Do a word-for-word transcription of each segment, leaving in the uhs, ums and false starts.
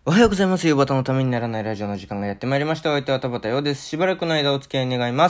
おはようございます。夕方のためにならないラジオの時間がやってまいりました。お相手は田畑陽です。しばらくの間お付き合い願います。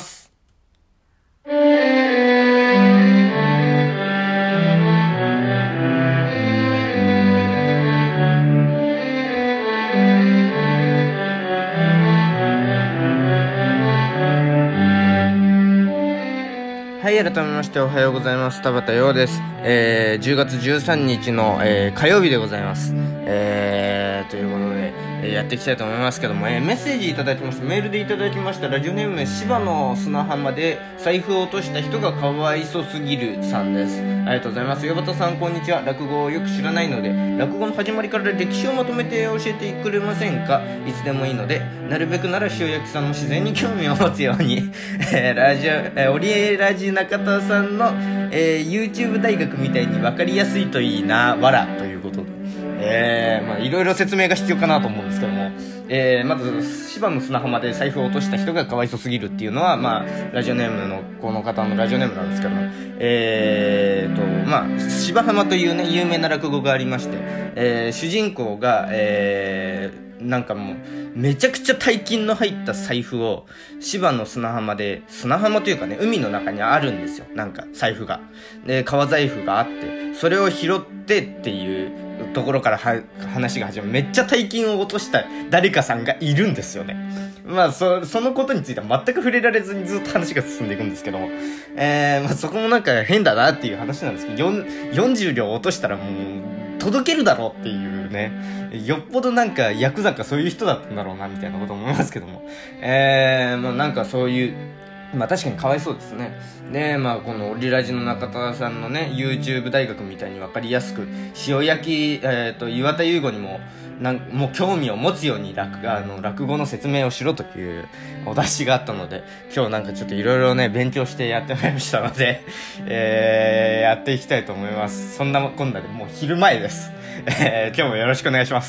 はい、改めましておはようございます。田畑陽です。えー、じゅうがつじゅうさんにちの、えー、火曜日でございます。えー、ということで、えー、やっていきたいと思いますけども、えー、メッセージいただきました。メールでいただきました。ラジオネーム、芝の砂浜で財布を落とした人がかわいそすぎるさんです。ありがとうございます。岩端さん、こんにちは。落語をよく知らないので、落語の始まりから歴史をまとめて教えてくれませんか？いつでもいいので、なるべくなら塩焼きさんも自然に興味を持つように、えー、ラジオ、えー、オリエラジ中田さんの、えー、YouTube 大学みたいに分かりやすいといいな、わら、ということで。えー、まあいろいろ説明が必要かなと思うんですけども、えー、まず芝の砂浜で財布を落とした人がかわいそすぎるっていうのは、まあラジオネームのこの方のラジオネームなんですけども、えーとまあ芝浜というね有名な落語がありまして、えー、主人公がえーなんかもうめちゃくちゃ大金の入った財布を芝の砂浜で、砂浜というかね海の中にあるんですよ、なんか財布が。で革財布があって、それを拾ってっていうところからは話が始まる。めっちゃ大金を落とした誰かさんがいるんですよね。まあそそのことについては全く触れられずにずっと話が進んでいくんですけども、えー、まあそこもなんか変だなっていう話なんですけど、よんじゅうりょう落としたらもう届けるだろうっていうね、よっぽどなんかヤクザかそういう人だったんだろうなみたいなこと思いますけども、えー、まあなんかそういう、まあ確かにかわいそうですね。で、まあこのオリラジの中田さんのね YouTube 大学みたいに分かりやすく塩焼き、えーと岩田優吾にもなんもう興味を持つように落あの落語の説明をしろというお達しがあったので、今日なんかちょっといろいろね勉強してやってまいりましたので、えー、やっていきたいと思います。そんなこんなでもう昼前です。えー、今日もよろしくお願いします。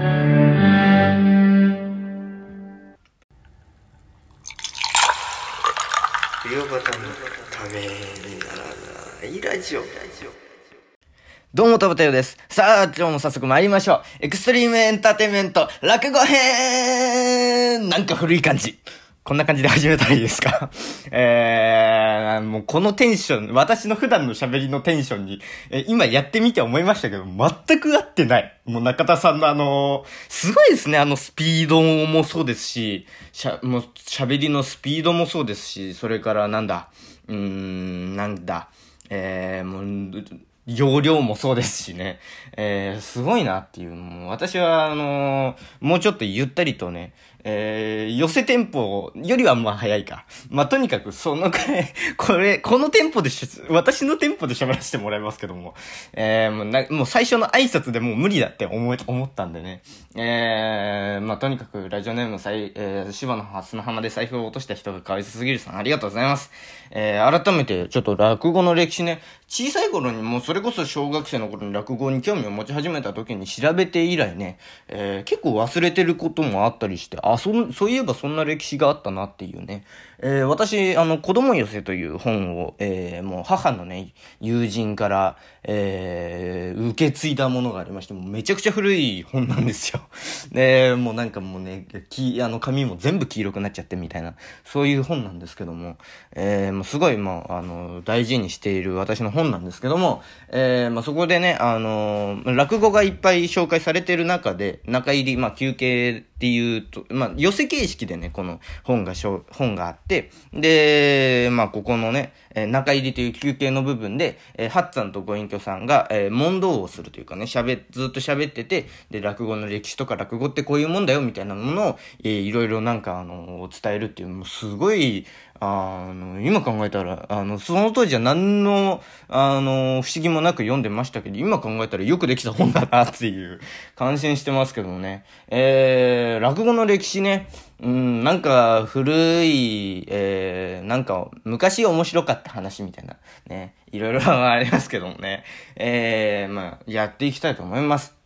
夕方のためにならないラジオ。どうも、田畑陽です。さあ、今日も早速参りましょう。エクストリームエンターテインメント、落語編。なんか古い感じ。こんな感じで始めたらいいですか？えー、もうこのテンション、私の普段の喋りのテンションに、えー、今やってみて思いましたけど、全く合ってない。もう中田さんのあのー、すごいですね。あのスピードもそうですし、しゃ、もう喋りのスピードもそうですし、それからなんだ、うーん、なんだ、えー、もう、容量もそうですしね。えー、すごいなっていうのも、私はあのー、もうちょっとゆったりとね、えー、寄せテンポよりはまあ早いか。まあ、とにかくそのくらい、これ、このテンポでし、私のテンポで喋らせてもらいますけども、えー、もうな、もう最初の挨拶でもう無理だって思い、思ったんでね。えー、まあ、とにかくラジオネームさい、えー、芝の砂浜で財布を落とした人がかわいそすぎるさん、ありがとうございます。えー、改めてちょっと落語の歴史ね、小さい頃にもうそれこそ小学生の頃に落語に興味を持ち始めた時に調べて以来ね、えー、結構忘れてることもあったりして、あ、そ、そういえばそんな歴史があったなっていうね。えー、私、あの、子供寄せという本を、えー、もう母のね、友人から、えー、受け継いだものがありまして、もうめちゃくちゃ古い本なんですよ。で、もうなんかもうね、き、あの、紙も全部黄色くなっちゃってみたいな、そういう本なんですけども、えー、もうすごい、まあ、あの、大事にしている私の本なんですけども、えー、まあ、そこでね、あのー、落語がいっぱい紹介されてる中で、中入り、まあ、休憩っていうと、まあ、寄せ形式でね、この本がしょ、本があって、で、まあ、ここのね、えー、中入りという休憩の部分で、えー、ハッツァンとご隠居さんが、えー、問答をするというかね、喋、ずっと喋ってて、で、落語の歴史とか落語ってこういうもんだよ、みたいなものを、えー、いろいろなんか、あのー、伝えるっていう、もうすごい、あの、今考えたら、あの、その当時は何の、あの、不思議もなく読んでましたけど、今考えたらよくできた本だなっていう、感心してますけどもね。えー、落語の歴史ね、うん、なんか古い、えー、なんか昔面白かった話みたいな、ね、いろいろありますけどもね。えー、まあ、やっていきたいと思います。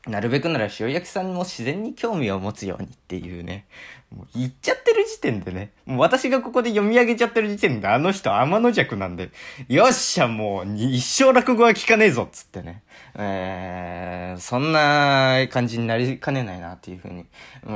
なるべくなら塩焼さんも自然に興味を持つようにっていうね。もう言っちゃってる時点でね。もう私がここで読み上げちゃってる時点であの人天の弱なんで、よっしゃもう一生落語は聞かねえぞっつってね。えー、そんな感じになりかねないなっていう風に。うん、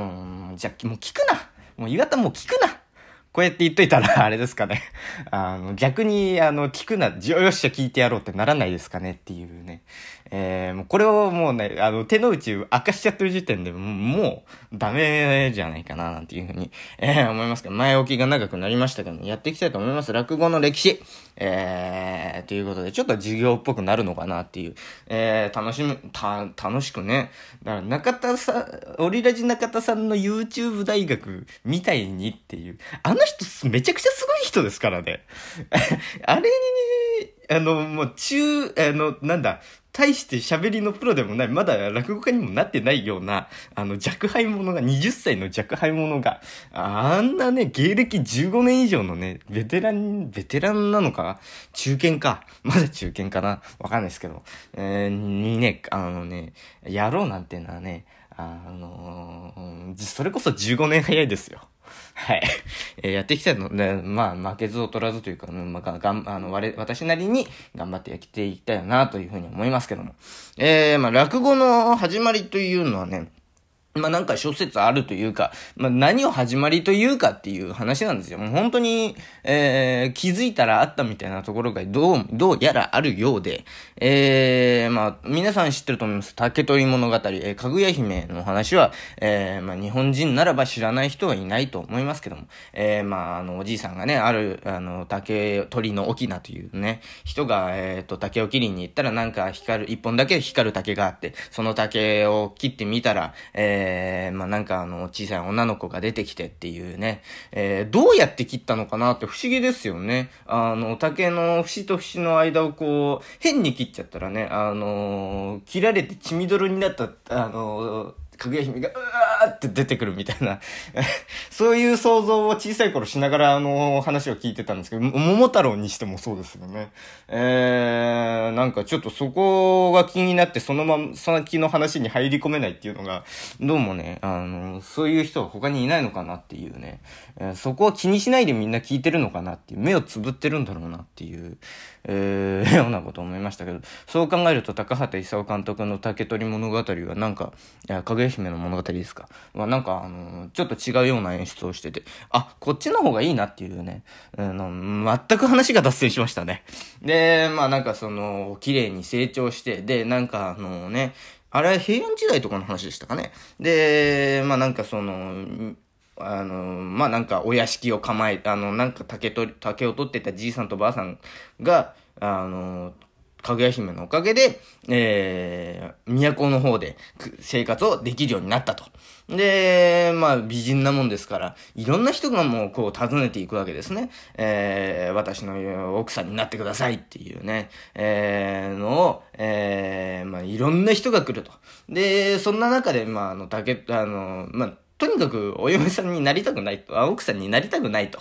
じゃあもう聞くな。もう岩田もう聞くな。こうやって言っといたら、あれですかね。あの、逆に、あの、聞くな、よっしゃ聞いてやろうってならないですかねっていうね。えー、もうこれをもうね、あの、手の内明かしちゃってる時点でもう、ダメじゃないかな、なんていうふうに、えー、思いますけど、前置きが長くなりましたけど、やっていきたいと思います。落語の歴史。えー、ということで、ちょっと授業っぽくなるのかなっていう、えー、楽しむ、た、楽しくね。だから、中田さん、オリラジ中田さんの YouTube 大学みたいにっていう、あの人めちゃくちゃすごい人ですからね。あれにね、あの、もう中、あの、なんだ、大して喋りのプロでもない、まだ落語家にもなってないような、あの、若輩者が、はたちの若輩者が、あんなね、芸歴じゅうごねん以上のね、ベテラン、ベテランなのか中堅か。まだ中堅かなわかんないですけど。えー、にね、あのね、やろうなんていうのはね、あのー、それこそじゅうごねん早いですよ。はい。えー、やっていきたいので、まあ、負けず劣らずというか、まあ、がん、あの、我、私なりに頑張ってやっていきたいなというふうに思いますけども。えー、まあ、落語の始まりというのはね、まあなんか諸説あるというか、まあ何を始まりというかっていう話なんですよ。もう本当に、えー、気づいたらあったみたいなところがどう、どうやらあるようで、えー、まあ皆さん知ってると思います。竹取物語、えー、かぐや姫の話は、えー、まあ日本人ならば知らない人はいないと思いますけども、えー、まああのおじいさんがね、ある、あの、竹取の翁というね、人が、えーと、竹を切りに行ったらなんか光る、一本だけ光る竹があって、その竹を切ってみたら、えーえー、まあ、なんかあの、小さい女の子が出てきてっていうね、えー、どうやって切ったのかなって不思議ですよね。あの、竹の節と節の間をこう、変に切っちゃったらね、あのー、切られて血みどろになった、あのー、かぐや姫が、うわーって出てくるみたいなそういう想像を小さい頃しながらあの話を聞いてたんですけど、桃太郎にしてもそうですよね。えー、なんかちょっとそこが気になってそのまま、その先の話に入り込めないっていうのが、どうもね、あの、そういう人は他にいないのかなっていうね、えー、そこを気にしないでみんな聞いてるのかなっていう、目をつぶってるんだろうなっていう、えー、ようなことを思いましたけど、そう考えると高畑勲監督の竹取物語はなんか、いや、かぐや姫の物語ですか。はなんか、あのー、ちょっと違うような演出をしてて、あ、こっちの方がいいなっていうね、あの、全く話が脱線しましたね。で、まあなんかその、綺麗に成長して、で、なんかあのね、あれ平安時代とかの話でしたかね。で、まあなんかその、あの、まあ、なんか、お屋敷を構え、あの、なんか竹と、竹を取ってたじいさんとばあさんが、あの、かぐや姫のおかげで、えー、都の方で生活をできるようになったと。で、まあ、美人なもんですから、いろんな人がもう、こう、訪ねていくわけですね。えー、私の奥さんになってくださいっていうね、えー、のを、えー、まあ、いろんな人が来ると。で、そんな中で、まあ、あの、竹、あの、まあ、とにかくお嫁さんになりたくないと、あ、奥さんになりたくないと。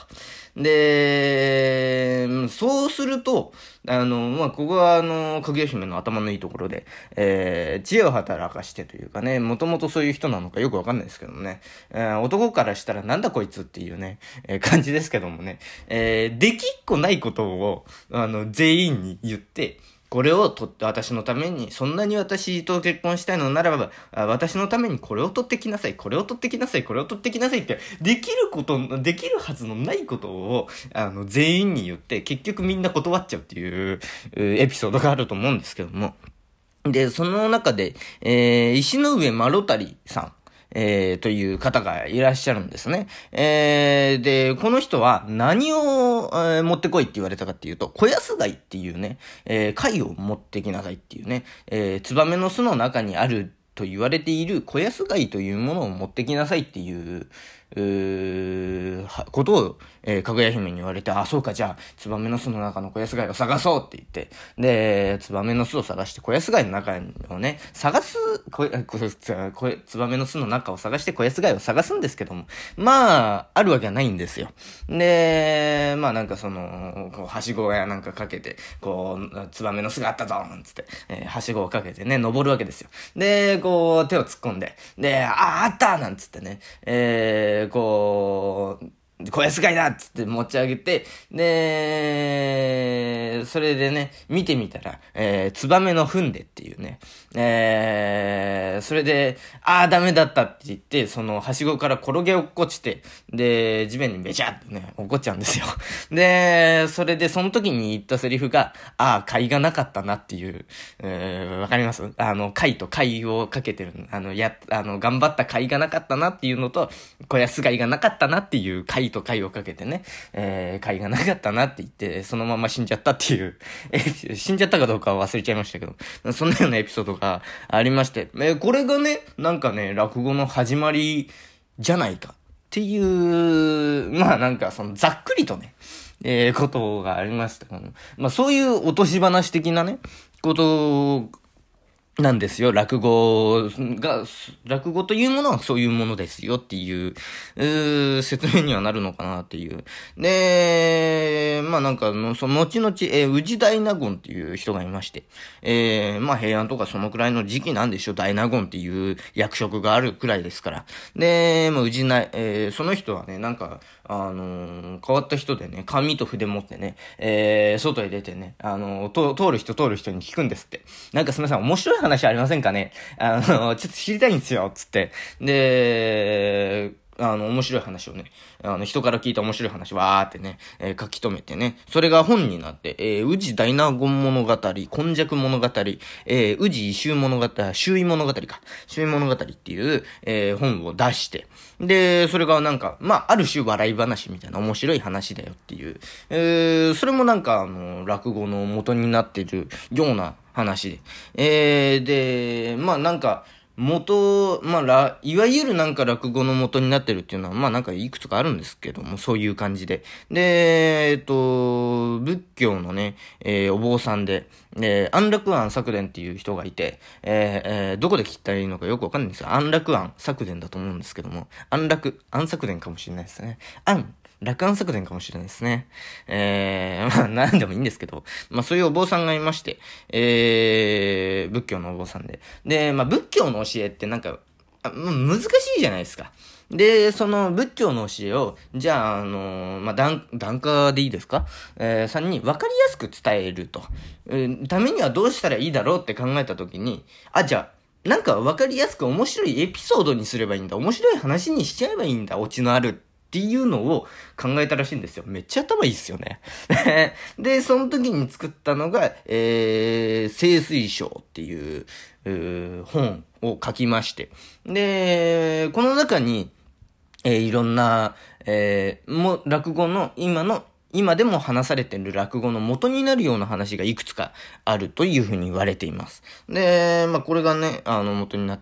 で、そうすると、あの、まあ、ここはあの、かぐや姫の頭のいいところで、えー、知恵を働かしてというかね、もともとそういう人なのかよくわかんないですけどもね、えー、男からしたらなんだこいつっていうね、えー、感じですけどもね、えー、できっこないことを、あの、全員に言って、これを取って私のために、そんなに私と結婚したいのならば、私のためにこれを取ってきなさい、これを取ってきなさい、これを取ってきなさいって、できること、できるはずのないことを、あの、全員に言って、結局みんな断っちゃうっていう、エピソードがあると思うんですけども。で、その中で、えー、石の上丸太さん。えー、という方がいらっしゃるんですね。えー、で、この人は何を、えー、持ってこいって言われたかっていうと、小安貝っていうね、えー、貝を持ってきなさいっていうね、えー、ツバメの巣の中にあると言われている小安貝というものを持ってきなさいっていう、 うー、はことを、えー、かぐや姫に言われて、あ、そうか、じゃあ、ツバメの巣の中の小安貝を探そうって言って、で、ツバメの巣を探して、小安貝の中をね、探す、こここツバメの巣の中を探して小安貝を探すんですけども、まあ、あるわけはないんですよ。で、まあなんかその、こう、はしごやなんかかけて、こう、ツバメの巣があったぞなんつって、えー、はしごをかけてね、登るわけですよ。で、こう、手を突っ込んで、で、あ、あったなんつってね、えー、こう、小安貝だっつって持ち上げて、で、それでね、見てみたら、えー、ツバメの糞でっていうね、えー、それで、あーダメだったって言って、その、はしごから転げ落っこちて、で、地面にべちゃってね、落っこっちゃうんですよ。で、それで、その時に言ったセリフが、あー、貝がなかったなっていう、えー、わかります？あの、貝と貝をかけてる、あの、や、あの、頑張った貝がなかったなっていうのと、小安貝がなかったなっていう貝と貝をかけてね、えー、貝がなかったなって言って、そのまま死んじゃったっていう、え、死んじゃったかどうかは忘れちゃいましたけど、そんなようなエピソードがありまして、えー、これがね、なんかね、落語の始まりじゃないかっていう、まあなんかそのざっくりとね、えー、ことがありましたけど、まあそういう落とし話的なね、ことなんですよ。落語が、落語というものはそういうものですよっていう、うー説明にはなるのかなっていう。で、まあなんかの、その後々、えー、宇治大納言っていう人がいまして、えー、まあ平安とかそのくらいの時期なんでしょう。大納言っていう役職があるくらいですから。で、まあ宇治な、えー、その人はね、なんか、あのー、変わった人でね、紙と筆持ってね、えー、外へ出てね、あのー、通る人通る人に聞くんですって。なんかすみません、面白い話ありませんかね？あの、ちょっと知りたいんですよ、つって。で、あの、面白い話をね、あの、人から聞いた面白い話、わーってね、えー、書き留めてね、それが本になって、えー、宇治大納言物語、今昔物語、えー、宇治異臭物語、周囲物語か、周囲物語っていう、えー、本を出して、で、それがなんか、まあ、ある種笑い話みたいな面白い話だよっていう、えー、それもなんか、あの、落語の元になってるような話で、えー、で、まあなんか、元、まあ、ら、いわゆるなんか落語の元になってるっていうのは、まあなんかいくつかあるんですけども、そういう感じで。で、えっと、仏教のね、えー、お坊さんで、えー、安楽庵作伝っていう人がいて、えーえー、どこで聞いたらいいのかよくわかんないんですよ。安楽庵作伝だと思うんですけども、安楽、安作伝かもしれないですね。安、楽庵作伝かもしれないですね。えー、まあ、なんでもいいんですけど、まあ、そういうお坊さんがいまして、えー、仏教のお坊さんで。で、まあ、仏教の教えってなんか、あ難しいじゃないですか。で、その仏教の教えを、じゃあ、あのー、まあ、段、段階でいいですか？えー、さんに分かりやすく伝えると。えー、ためにはどうしたらいいだろうって考えたときに、あ、じゃあ、なんか分かりやすく面白いエピソードにすればいいんだ。面白い話にしちゃえばいいんだ。オチのある。っていうのを考えたらしいんですよ。めっちゃ頭いいっすよね。で、その時に作ったのが、えー、清水章っていう、うー本を書きまして。で、この中に、えー、いろんな、えー、も、落語の今の今でも話されている落語の元になるような話がいくつかあるというふうに言われています。で、まあこれがね、あの元になって、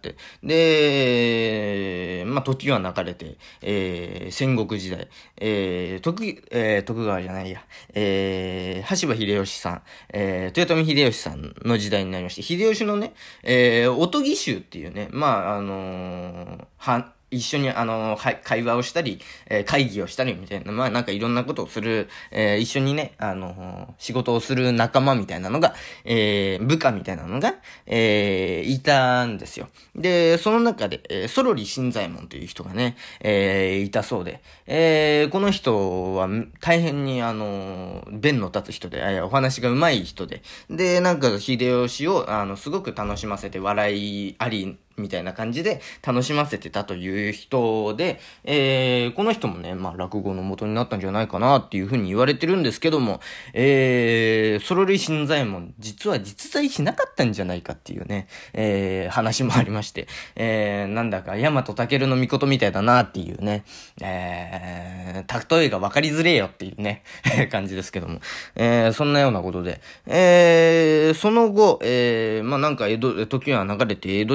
で、まあ時は流れて、えー、戦国時代、えー、徳、えー、徳川じゃないや、えー、羽柴秀吉さん、えー、豊臣秀吉さんの時代になりまして、秀吉のね、えー、おとぎ衆っていうね、まああのー、は、一緒にあの、はい、会話をしたり、えー、会議をしたりみたいな、まあなんかいろんなことをする、えー、一緒にね、あの、仕事をする仲間みたいなのが、えー、部下みたいなのが、えー、いたんですよ。で、その中で、えー、ソロリ新左衛門という人がね、えー、いたそうで、えー、この人は大変にあの、弁の立つ人で、お話が上手い人で、で、なんか秀吉を、あの、すごく楽しませて笑いあり、みたいな感じで楽しませてたという人で、えー、この人もね、まあ落語の元になったんじゃないかなっていうふうに言われてるんですけども、えー、ソロリ新左衛門、実は実在しなかったんじゃないかっていうね、えー、話もありまして、えー、なんだか大和武の御事みたいだなっていうね、えー、例えが分かりづれえよっていうね、感じですけども、えー、そんなようなことで、えー、その後、えー、まあなんか江戸、時は流れて江戸時代、え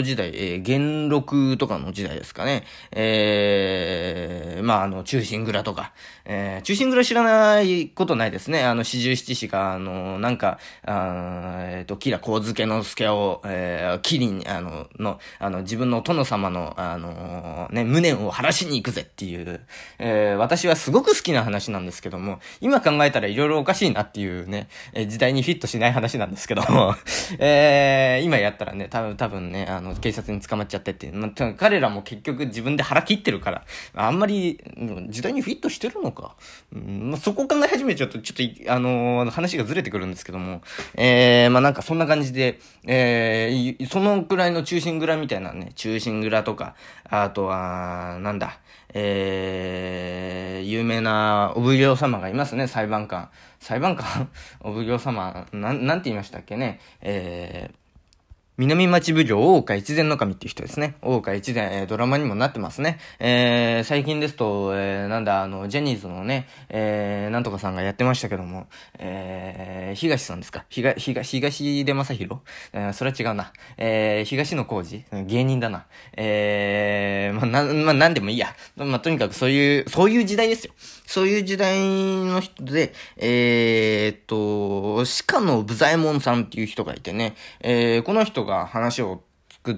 えー、元禄とかの時代ですかね。えー、まあ、あの、忠臣蔵とか、えー、忠臣蔵知らないことないですね。あの、四十七士が、あの、なんか、あえっ、ー、と、吉良上野之助を、えー、麒麟、あの、の、あの、自分の殿様の、あの、ね、無念を晴らしに行くぜっていう、えー、私はすごく好きな話なんですけども、今考えたらいろいろおかしいなっていうね、えー、時代にフィットしない話なんですけども、えー、今やったらね、多分、多分ね、あの、警察に捕まっちゃってって、まあ、彼らも結局自分で腹切ってるから、あんまり、時代にフィットしてるのか。うんまあ、そこを考え始めちゃうと、ちょっと、あのー、話がずれてくるんですけども、えー、まあ、なんかそんな感じで、えー、そのくらいの忠臣蔵みたいなね、忠臣蔵とか、あとは、なんだ、えー、有名なお奉行様がいますね、裁判官。裁判官お奉行様、なん、なんて言いましたっけね、えー、南町奉行、大岡越前守っていう人ですね。大岡越前、えー、ドラマにもなってますね。えー、最近ですと、えー、なんだ、あの、ジャニーズのね、えー、なんとかさんがやってましたけども、えー、東さんですか東、東、東出正宏えー、それは違うな。えー、東野幸治芸人だな。えー、まあ、な、まあ、なんでもいいや。まあ、とにかくそういう、そういう時代ですよ。そういう時代の人で、えーっと、鹿野武左衛門さんっていう人がいてね、えー、この人が話を作って、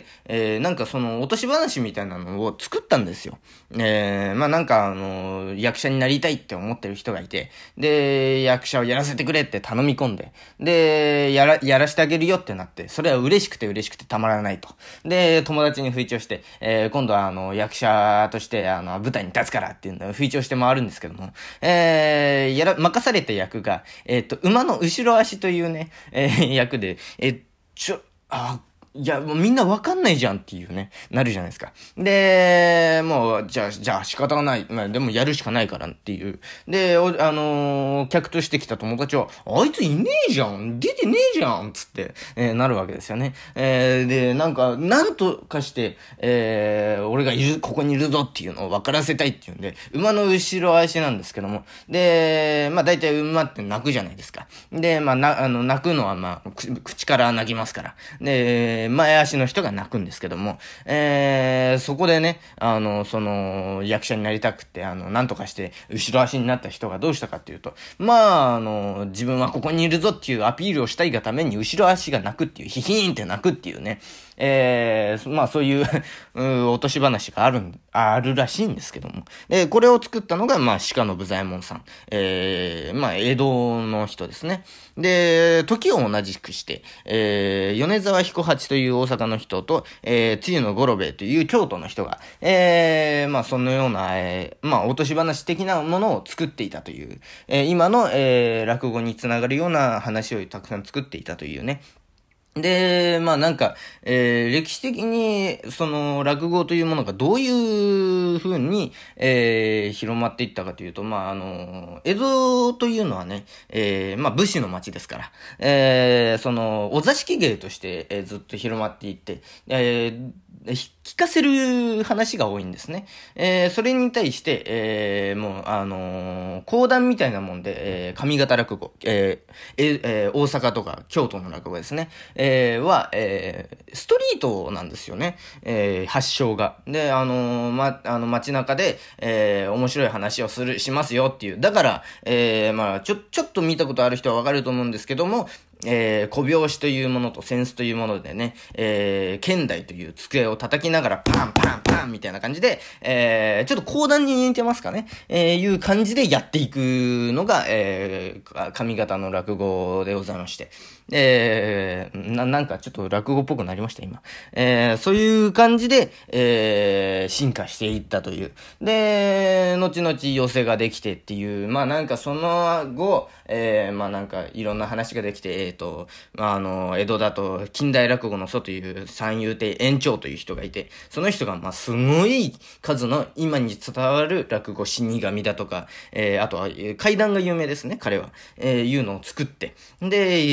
えー、なんかその落とし話みたいなのを作ったんですよ。えー、まあなんかあの、役者になりたいって思ってる人がいて、で、役者をやらせてくれって頼み込んで、で、やら、やらしてあげるよってなって、それは嬉しくて嬉しくてたまらないと。で、友達に吹聴して、えー、今度はあの、役者としてあの、舞台に立つからっていうのを吹聴して回るんですけども、えー、やら、任された役が、えっと、馬の後ろ足というね、えー、役で、えー、ちょ、あ、いや、もうみんなわかんないじゃんっていうね、なるじゃないですか。で、もう、じゃあ、じゃあ仕方がない。まあ、でもやるしかないからっていう。で、おあのー、客として来た友達は、あいついねえじゃん出てねえじゃんつって、えー、なるわけですよね。えー、で、なんか、なんとかして、えー、俺がいる、ここにいるぞっていうのを分からせたいっていうんで、馬の後ろ足なんですけども、で、まあ大体馬って泣くじゃないですか。で、まあ、な、あの、泣くのはまあ、口から泣きますから。で、前足の人が泣くんですけども、えー、そこでね、あの、その、役者になりたくて、あの、なんとかして、後ろ足になった人がどうしたかっていうと、まあ、あの、自分はここにいるぞっていうアピールをしたいがために、後ろ足が泣くっていう、ヒヒーンって泣くっていうね、えー、まあそういうう、落とし話があるん、あるらしいんですけども。で、これを作ったのが、まあ鹿野武左衛門さん。えー、まあ江戸の人ですね。で、時を同じくして、えー、米沢彦八という大阪の人と、えー、露野五郎兵衛という京都の人が、えー、まあそのような、えー、まあ落とし話的なものを作っていたという、えー、今の、えー、落語につながるような話をたくさん作っていたというね。で、まあなんか、えー、歴史的に、その、落語というものがどういう風に、えー、広まっていったかというと、まああの、江戸というのはね、えー、まあ武士の町ですから、えー、その、お座敷芸として、えー、ずっと広まっていって、えー、聞かせる話が多いんですね。えー、それに対して、えー、もう、あのー、講談みたいなもんで、えー、上方落語、えーえー、大阪とか京都の落語ですね。えー、は、えー、ストリートなんですよね。えー、発祥が。で、あのー、ま、あの、街中で、えー、面白い話をする、しますよっていう。だから、えー、まあ、ちょ、ちょっと見たことある人はわかると思うんですけども、えー、小拍子というものと扇子というものでね、えー、剣台という机を叩きながらパンパンパンみたいな感じで、えー、ちょっと講談に似てますかね、えー、いう感じでやっていくのが、えー、上方の落語でございまして、えー、な、なんかちょっと落語っぽくなりました、今。えー、そういう感じで、えー、進化していったという。で、後々寄席ができてっていう、まあなんかその後、えー、まあなんかいろんな話ができて、えっと、まああの、江戸だと近代落語の祖という三遊亭円朝という人がいて、その人がまあすごい数の今に伝わる落語死神だとか、えー、あとは怪談が有名ですね、彼は。えー、いうのを作って。で、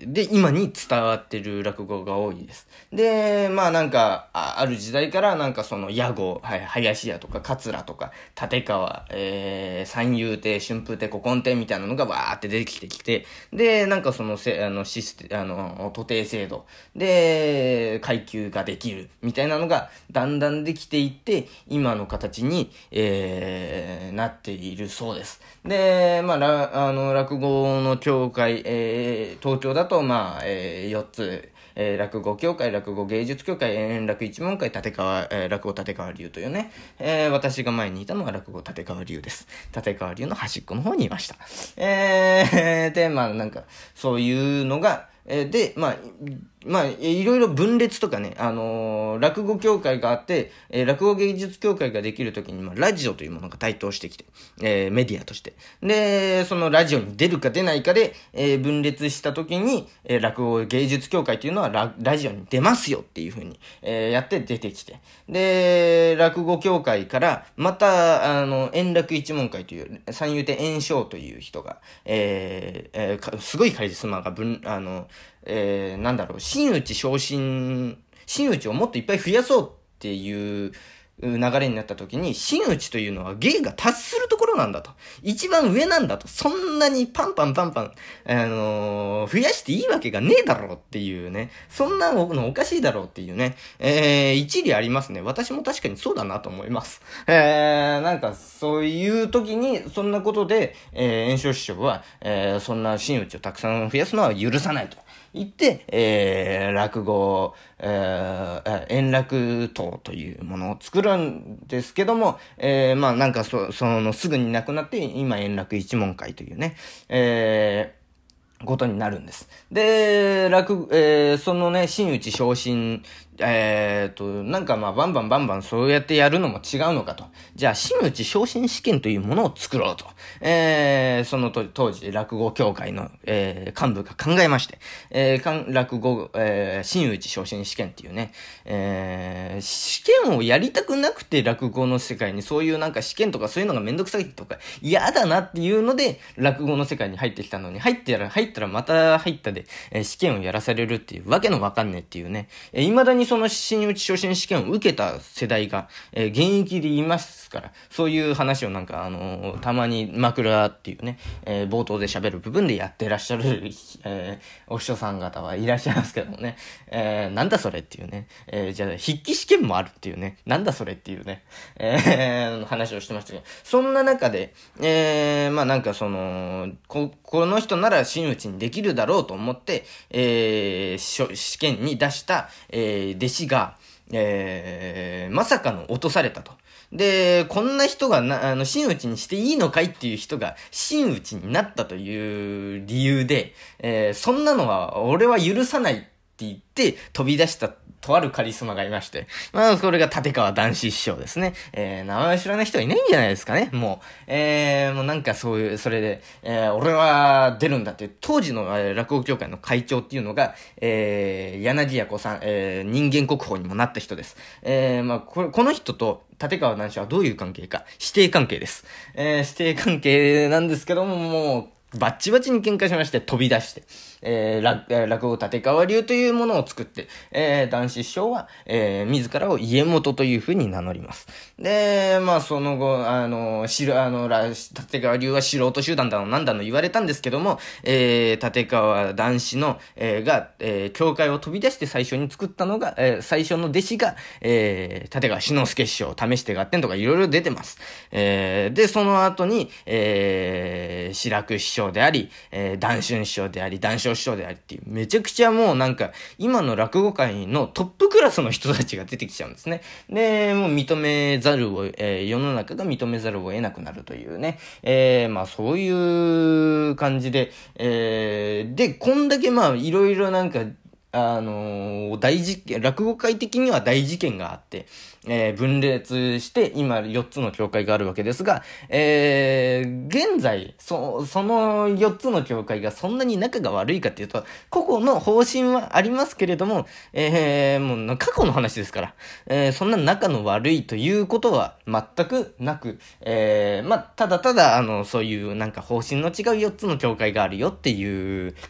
で、今に伝わってる落語が多いです。で、まあなんか、あ, ある時代からなんかその屋号、はい、林家とか桂とか、立川、えー、三遊亭、春風亭、古今亭みたいなのがわーって出てきてきて、で、なんかそのせ、あの、システ、あの、徒弟制度で、階級ができる、みたいなのが、だんだんできていって、今の形に、えー、なっているそうです。で、まあ、ら、あの、落語の協会、えー、東京だと、まあ、えー、よっつ、えー、落語協会、落語芸術協会、円楽一門会、立川、えー、落語立川流というね、えー、私が前にいたのが落語立川流です。立川流の端っこの方にいました。えー、で、まあ、なんか、そういうのが、えー、で、まあ、まあ、いろいろ分裂とかね、あのー、落語協会があって、えー、落語芸術協会ができるときに、まあ、ラジオというものが台頭してきて、えー、メディアとして。で、そのラジオに出るか出ないかで、えー、分裂したときに、えー、落語芸術協会というのはラ、ラジオに出ますよっていう風に、えー、やって出てきて。で、落語協会から、また、あの、円楽一門会という、三遊亭圓生という人が、えーえー、すごいカリスマが分、あの、えー、なんだろう、真打ち昇進、真打ちをもっといっぱい増やそうっていう流れになった時に、真打ちというのは芸が達するところなんだと。一番上なんだと。そんなにパンパンパンパン、あのー、増やしていいわけがねえだろうっていうね。そんなのおかしいだろうっていうね。えー、一理ありますね。私も確かにそうだなと思います。えー、なんかそういう時に、そんなことで、えー、炎症師匠は、えー、そんな真打ちをたくさん増やすのは許さないと。言って、えー、落語、えー、円楽党というものを作るんですけども、えー、まあなんかそ、そのすぐに亡くなって、今円楽一門会というね、えー、ことになるんです。で、落、えー、そのね、真打ち昇進、えーと、なんかまあバンバンバンバンそうやってやるのも違うのかと。じゃあ、真打ち昇進試験というものを作ろうと。えー、そのと当時、落語協会の、えー、幹部が考えまして、えー、かん落語、えー、真打ち昇進試験っていうね、えー、試験をやりたくなくて落語の世界にそういうなんか試験とかそういうのがめんどくさいとか嫌だなっていうので、落語の世界に入ってきたのに、入ってやら、入ったらまた入ったで、えー、試験をやらされるっていうわけのわかんねえっていうね、えー、未だにその真打ち昇進試験を受けた世代が、えー、現役でいますから、そういう話をなんか、あのー、たまに枕っていうね、えー、冒頭で喋る部分でやってらっしゃる、えー、お師匠さん方はいらっしゃいますけどもね、えー、なんだそれっていうね、えー、じゃあ筆記試験もあるっていうね、なんだそれっていうね、えー、話をしてましたけど、そんな中で、えー、まあなんかその、こ、この人なら真打ちにできるだろうと思って、えー、試験に出した、えー、弟子が、えー、まさかの落とされたと。で、こんな人がな、あの、真打ちにしていいのかいっていう人が、真打ちになったという理由で、えー、そんなのは、俺は許さないって言って、飛び出したとあるカリスマがいまして。まあ、それが立川談志師匠ですね。えー、名前を知らない人はいないんじゃないですかね、もう。えー、もうなんかそういう、それで、えー、俺は出るんだって、当時の、えー、落語協会の会長っていうのが、えー、柳家子さん、えー、人間国宝にもなった人です。えー、まあ、これ、この人と、立川談志はどういう関係か、師弟関係です。えー、師弟関係なんですけども、もう、バッチバチに喧嘩しまして、飛び出して。えー、落、落語立川流というものを作って、えー、談志師匠は、えー、自らを家元という風に名乗ります。で、まあ、その後、あの、しろ、あの、立川流は素人集団だの、なんだの言われたんですけども、えー、立川談志の、えー、が、えー、教会を飛び出して最初に作ったのが、えー、最初の弟子が、えー、立川志の輔師匠、試して合点とかいろいろ出てます。えー、で、その後に、えー、志らく師匠であり、えー、談春師匠であり、談笑師匠でありっていう、めちゃくちゃもうなんか、今の落語界のトップクラスの人たちが出てきちゃうんですね。で、もう認めざるを、えー、世の中が認めざるを得なくなるというね。えー、まあそういう感じで、えー、で、こんだけまあいろいろなんか、あのー、大事件、落語界的には大事件があって、えー、分裂して、今よっつの教会があるわけですが、えー、現在、そ、そのよっつの教会がそんなに仲が悪いかっていうと、個々の方針はありますけれども、えー、もう過去の話ですから、えー、そんな仲の悪いということは全くなく、えー、まあ、ただただ、あの、そういうなんか方針の違うよっつの教会があるよっていう、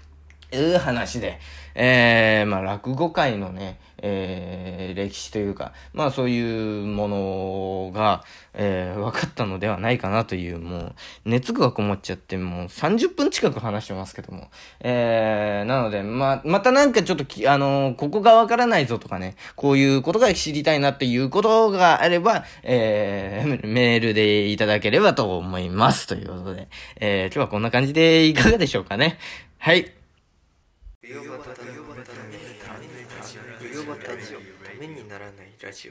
いう話で、えー、まあ、落語界のね、えー、歴史というか、まあ、そういうものが、えー、分かったのではないかなという、もう、熱がこもっちゃって、もうさんじゅっぷん近く話してますけども。えー、なので、まあ、またなんかちょっとき、あのー、ここが分からないぞとかね、こういうことが知りたいなっていうことがあれば、えー、メールでいただければと思います。ということで、えー、今日はこんな感じでいかがでしょうかね。はい。 不要バタためにならないラジオ。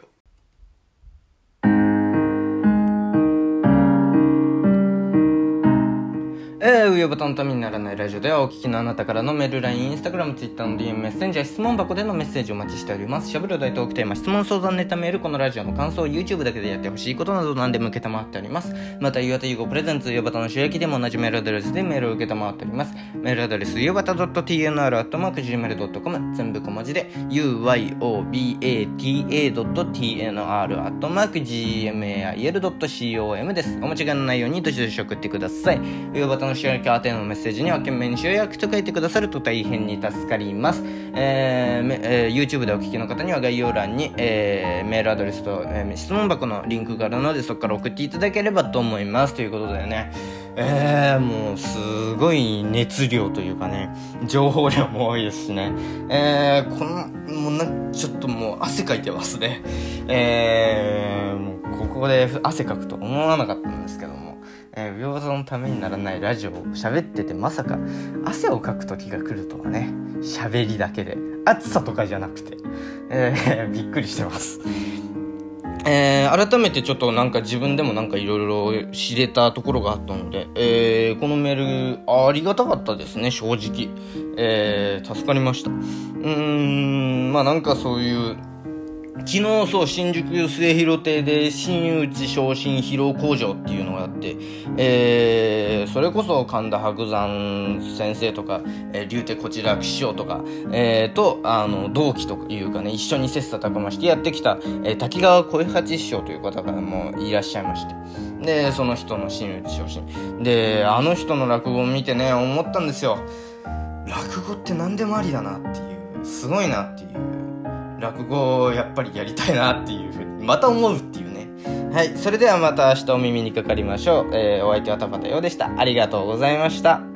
えー、ウヨボタのためにならないラジオではお聞きのあなたからのメール、ライン、インスタグラム、ツイッターの ディーエム メッセンジャー、質問箱でのメッセージをお待ちしております。しゃべる大トークテーマ、質問相談ネタメール、このラジオの感想、YouTube だけでやってほしいことなど何でも受けたまっております。また、岩田優子プレゼンツ、ウヨボタの収益でも同じメールアドレスでメールを受けたまっております。メールアドレス、ウヨバタ .tnr アットマーク ジーメール ドットコム、全部小文字で、ユーワイオービーエーティーエー ドット ティーエヌアール アットマーク ジーエムエーアイエル ドット コム です。お間違いのないようにどしどし送ってください。ウヨバタの収益宛てのメッセージには懸命に集約と書いてくださると大変に助かります。えーえー、YouTube でお聞きの方には概要欄に、えー、メールアドレスと、えー、質問箱のリンクがあるのでそこから送っていただければと思います。ということでね、えー、もうすごい熱量というかね、情報量も多いですしね、えー、このもうなちょっともう汗かいてますね。えー、もうここで汗かくと思わなかったんですけども、えー、平等のためにならないラジオを喋っててまさか汗をかく時が来るとはね、喋りだけで暑さとかじゃなくて、えー、びっくりしてます。えー、改めてちょっとなんか自分でもなんかいろいろ知れたところがあったので、えー、このメールありがたかったですね、正直。えー、助かりました。うーん、まあなんかそういう昨日そう新宿末広亭で真打ち昇進披露工場っていうのがあって、えー、それこそ神田伯山先生とか、えー、竜亭こちら師匠とか、えー、とあの同期というかね、一緒に切磋琢磨してやってきた、えー、滝川小八師匠という方がもういらっしゃいまして、でその人の真打ち昇進で、あの人の落語を見てね思ったんですよ。落語って何でもありだなっていう、すごいなっていう、落語をやっぱりやりたいなっていうふうにまた思うっていうね。はい、それではまた明日お耳にかかりましょう。えー、お相手は田畑陽でした。ありがとうございました。